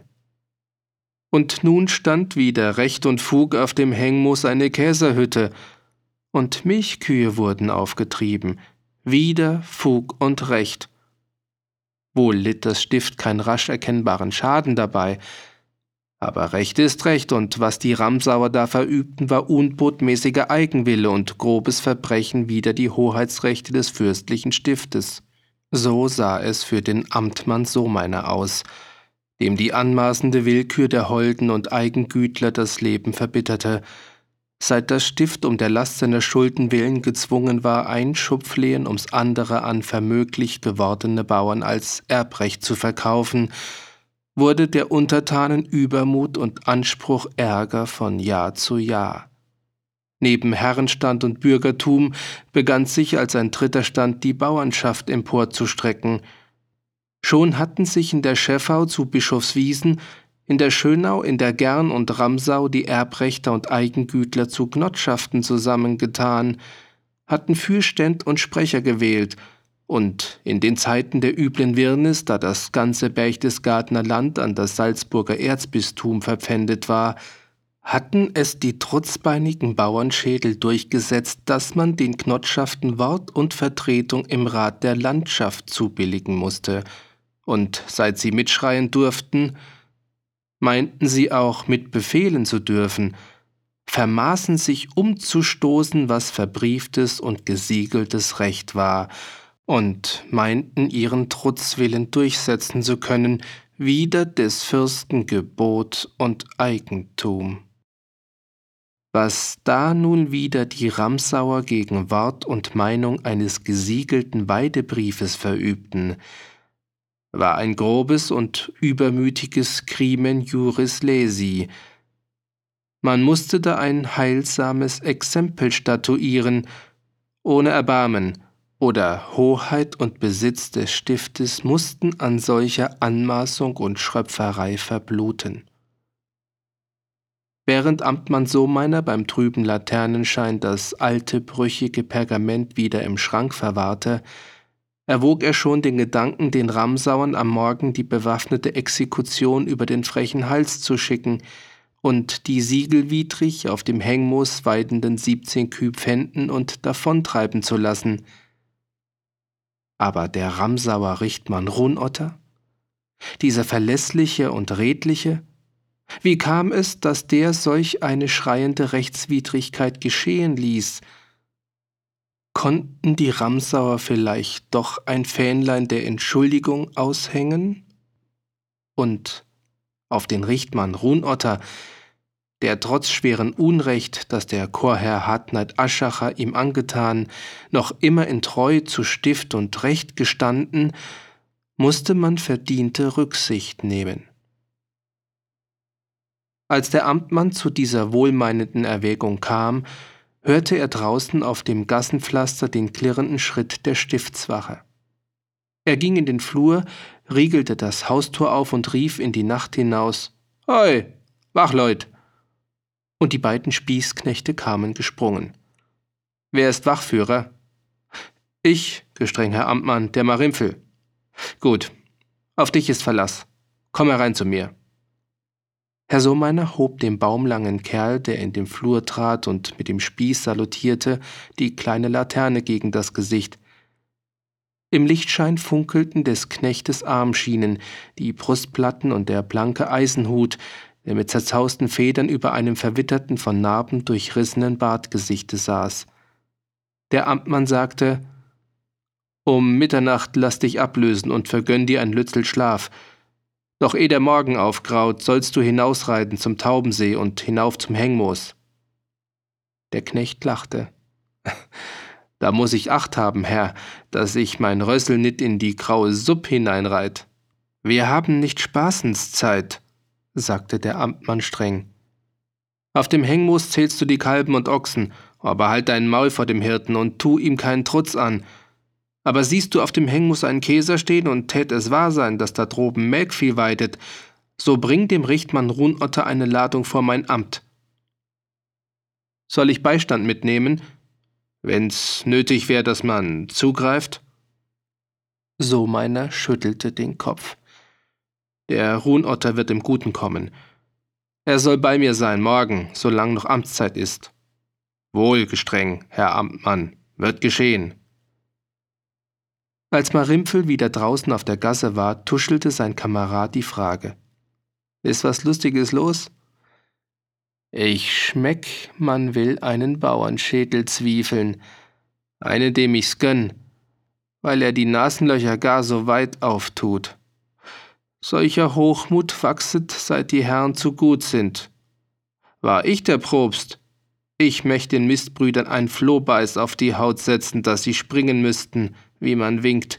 Und nun stand wieder Recht und Fug auf dem Hengmoos eine Käserhütte, und Milchkühe wurden aufgetrieben, wieder Fug und Recht. Wohl litt das Stift keinen rasch erkennbaren Schaden dabei, aber Recht ist Recht, und was die Ramsauer da verübten, war unbotmäßiger Eigenwille und grobes Verbrechen wider die Hoheitsrechte des fürstlichen Stiftes. So sah es für den Amtmann Sohmeiner aus, dem die anmaßende Willkür der Holden und Eigengütler das Leben verbitterte, seit das Stift um der Last seiner Schulden willen gezwungen war, ein Schupflehen ums andere an vermöglich gewordene Bauern als Erbrecht zu verkaufen, wurde der Untertanen Übermut und Anspruch ärger von Jahr zu Jahr. Neben Herrenstand und Bürgertum begann sich als ein dritter Stand die Bauernschaft emporzustrecken. Schon hatten sich in der Schäffau zu Bischofswiesen, in der Schönau, in der Gern und Ramsau die Erbrechter und Eigengütler zu Knottschaften zusammengetan, hatten Fürständ und Sprecher gewählt, und in den Zeiten der üblen Wirrnis, da das ganze Berchtesgadener Land an das Salzburger Erzbistum verpfändet war, Hatten es die trutzbeinigen Bauernschädel durchgesetzt, dass man den Knotschaften Wort und Vertretung im Rat der Landschaft zubilligen musste, und seit sie mitschreien durften, meinten sie auch mitbefehlen zu dürfen, vermaßen sich umzustoßen, was verbrieftes und gesiegeltes Recht war, und meinten ihren Trutzwillen durchsetzen zu können, wider des Fürsten Gebot und Eigentum. Was da nun wieder die Ramsauer gegen Wort und Meinung eines gesiegelten Weidebriefes verübten, war ein grobes und übermütiges Crimen juris lesi. Man musste da ein heilsames Exempel statuieren, ohne Erbarmen, oder Hoheit und Besitz des Stiftes mussten an solcher Anmaßung und Schröpferei verbluten. Während Amtmann Sohmeiner beim trüben Laternenschein das alte, brüchige Pergament wieder im Schrank verwahrte, erwog er schon den Gedanken, den Ramsauern am Morgen die bewaffnete Exekution über den frechen Hals zu schicken und die siegelwidrig auf dem Hängmoos weidenden 17 Küh pfänden und davontreiben zu lassen. Aber der Ramsauer Richtmann Runotter, dieser verlässliche und redliche, wie kam es, dass der solch eine schreiende Rechtswidrigkeit geschehen ließ? Konnten die Ramsauer vielleicht doch ein Fähnlein der Entschuldigung aushängen? Und auf den Richtmann Runotter, der trotz schweren Unrecht, das der Chorherr Hartneid Aschacher ihm angetan, noch immer in Treu zu Stift und Recht gestanden, musste man verdiente Rücksicht nehmen. Als der Amtmann zu dieser wohlmeinenden Erwägung kam, hörte er draußen auf dem Gassenpflaster den klirrenden Schritt der Stiftswache. Er ging in den Flur, riegelte das Haustor auf und rief in die Nacht hinaus: »Hoi, Wachleut!« Und die beiden Spießknechte kamen gesprungen. »Wer ist Wachführer?« »Ich, gestreng Herr Amtmann, der Marimpfel.« »Gut, auf dich ist Verlass. Komm herein zu mir.« Herr Sohmeiner hob dem baumlangen Kerl, der in den Flur trat und mit dem Spieß salutierte, die kleine Laterne gegen das Gesicht. Im Lichtschein funkelten des Knechtes Armschienen, die Brustplatten und der blanke Eisenhut, der mit zerzausten Federn über einem verwitterten, von Narben durchrissenen Bartgesichte saß. Der Amtmann sagte: »Um Mitternacht lass dich ablösen und vergönn dir ein Lützel Schlaf. Doch ehe der Morgen aufgraut, sollst du hinausreiten zum Taubensee und hinauf zum Hängmoos.« Der Knecht lachte. »Da muß ich Acht haben, Herr, dass ich mein Rössel nit in die graue Supp hineinreit. Wir haben nicht Spaßenszeit«, sagte der Amtmann streng. »Auf dem Hängmoos zählst du die Kalben und Ochsen, aber halt dein Maul vor dem Hirten und tu ihm keinen Trutz an. Aber siehst du auf dem Hängmoos einen Käser stehen und tät es wahr sein, dass da droben Melkvieh weidet, so bring dem Richtmann Runotter eine Ladung vor mein Amt. Soll ich Beistand mitnehmen, wenn's nötig wär, dass man zugreift?« Sohmeiner schüttelte den Kopf. »Der Runotter wird im Guten kommen. Er soll bei mir sein morgen, solang noch Amtszeit ist.« »Wohl, gestreng, Herr Amtmann, wird geschehen.« Als Marimpfel wieder draußen auf der Gasse war, tuschelte sein Kamerad die Frage: »Ist was Lustiges los?« »Ich schmeck, man will einen Bauernschädel zwiefeln, einen, dem ich's gönn, weil er die Nasenlöcher gar so weit auftut. Solcher Hochmut wachset, seit die Herren zu gut sind. War ich der Propst, ich möcht den Mistbrüdern ein Flohbeiß auf die Haut setzen, dass sie springen müssten, wie man winkt.«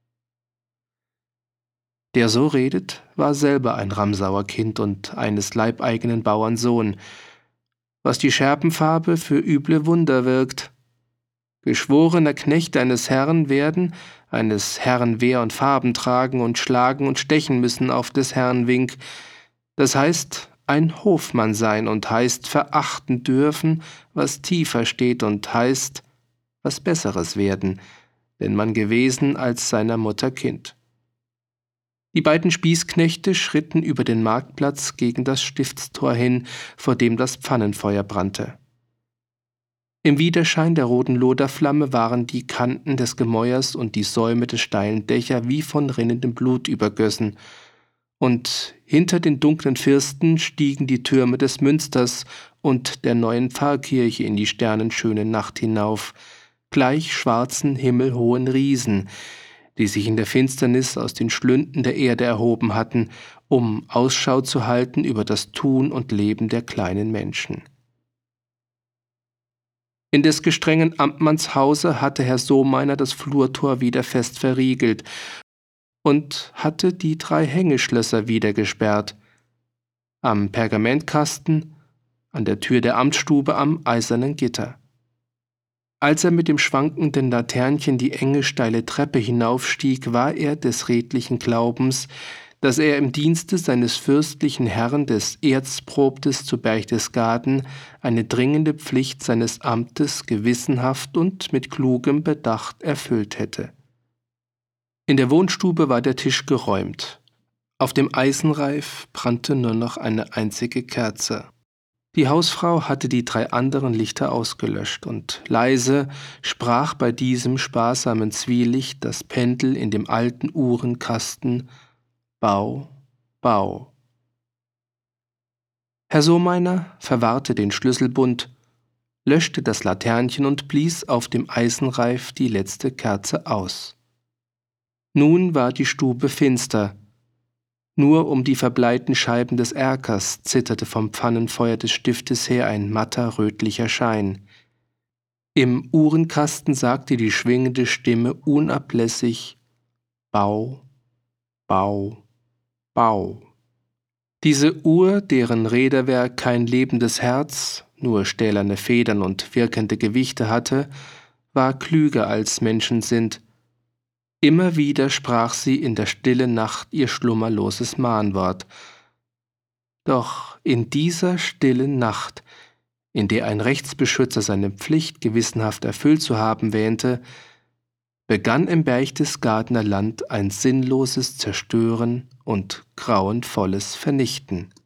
Der so redet, war selber ein Ramsauer Kind und eines leibeigenen Bauern Sohn, was die Scherpenfarbe für üble Wunder wirkt. Geschworener Knecht eines Herrn werden, eines Herrn Wehr und Farben tragen und schlagen und stechen müssen auf des Herrn Wink. Das heißt, ein Hofmann sein und heißt verachten dürfen, was tiefer steht und heißt was Besseres werden, wenn man gewesen als seiner Mutter Kind. Die beiden Spießknechte schritten über den Marktplatz gegen das Stiftstor hin, vor dem das Pfannenfeuer brannte. Im Widerschein der roten Loderflamme waren die Kanten des Gemäuers und die Säume der steilen Dächer wie von rinnendem Blut übergossen, und hinter den dunklen Firsten stiegen die Türme des Münsters und der neuen Pfarrkirche in die sternenschöne Nacht hinauf, gleich schwarzen, himmelhohen Riesen, die sich in der Finsternis aus den Schlünden der Erde erhoben hatten, um Ausschau zu halten über das Tun und Leben der kleinen Menschen. In des gestrengen Amtmanns Hause hatte Herr Sohmeiner das Flurtor wieder fest verriegelt und hatte die 3 Hängeschlösser wieder gesperrt. Am Pergamentkasten, an der Tür der Amtsstube am eisernen Gitter. Als er mit dem schwankenden Laternchen die enge, steile Treppe hinaufstieg, war er des redlichen Glaubens, dass er im Dienste seines fürstlichen Herrn des Erzprobstes zu Berchtesgaden eine dringende Pflicht seines Amtes gewissenhaft und mit klugem Bedacht erfüllt hätte. In der Wohnstube war der Tisch geräumt. Auf dem Eisenreif brannte nur noch eine einzige Kerze. Die Hausfrau hatte die 3 anderen Lichter ausgelöscht, und leise sprach bei diesem sparsamen Zwielicht das Pendel in dem alten Uhrenkasten: Bau, Bau. Herr Sohmeiner verwahrte den Schlüsselbund, löschte das Laternchen und blies auf dem Eisenreif die letzte Kerze aus. Nun war die Stube finster. Nur um die verbleiten Scheiben des Erkers zitterte vom Pfannenfeuer des Stiftes her ein matter, rötlicher Schein. Im Uhrenkasten sagte die schwingende Stimme unablässig: Bau, Bau, Bau. Diese Uhr, deren Räderwerk kein lebendes Herz, nur stählerne Federn und wirkende Gewichte hatte, war klüger als Menschen sind. Immer wieder sprach sie in der stillen Nacht ihr schlummerloses Mahnwort. Doch in dieser stillen Nacht, in der ein Rechtsbeschützer seine Pflicht gewissenhaft erfüllt zu haben wähnte, begann im Berchtesgadener Land ein sinnloses Zerstören und grauenvolles Vernichten.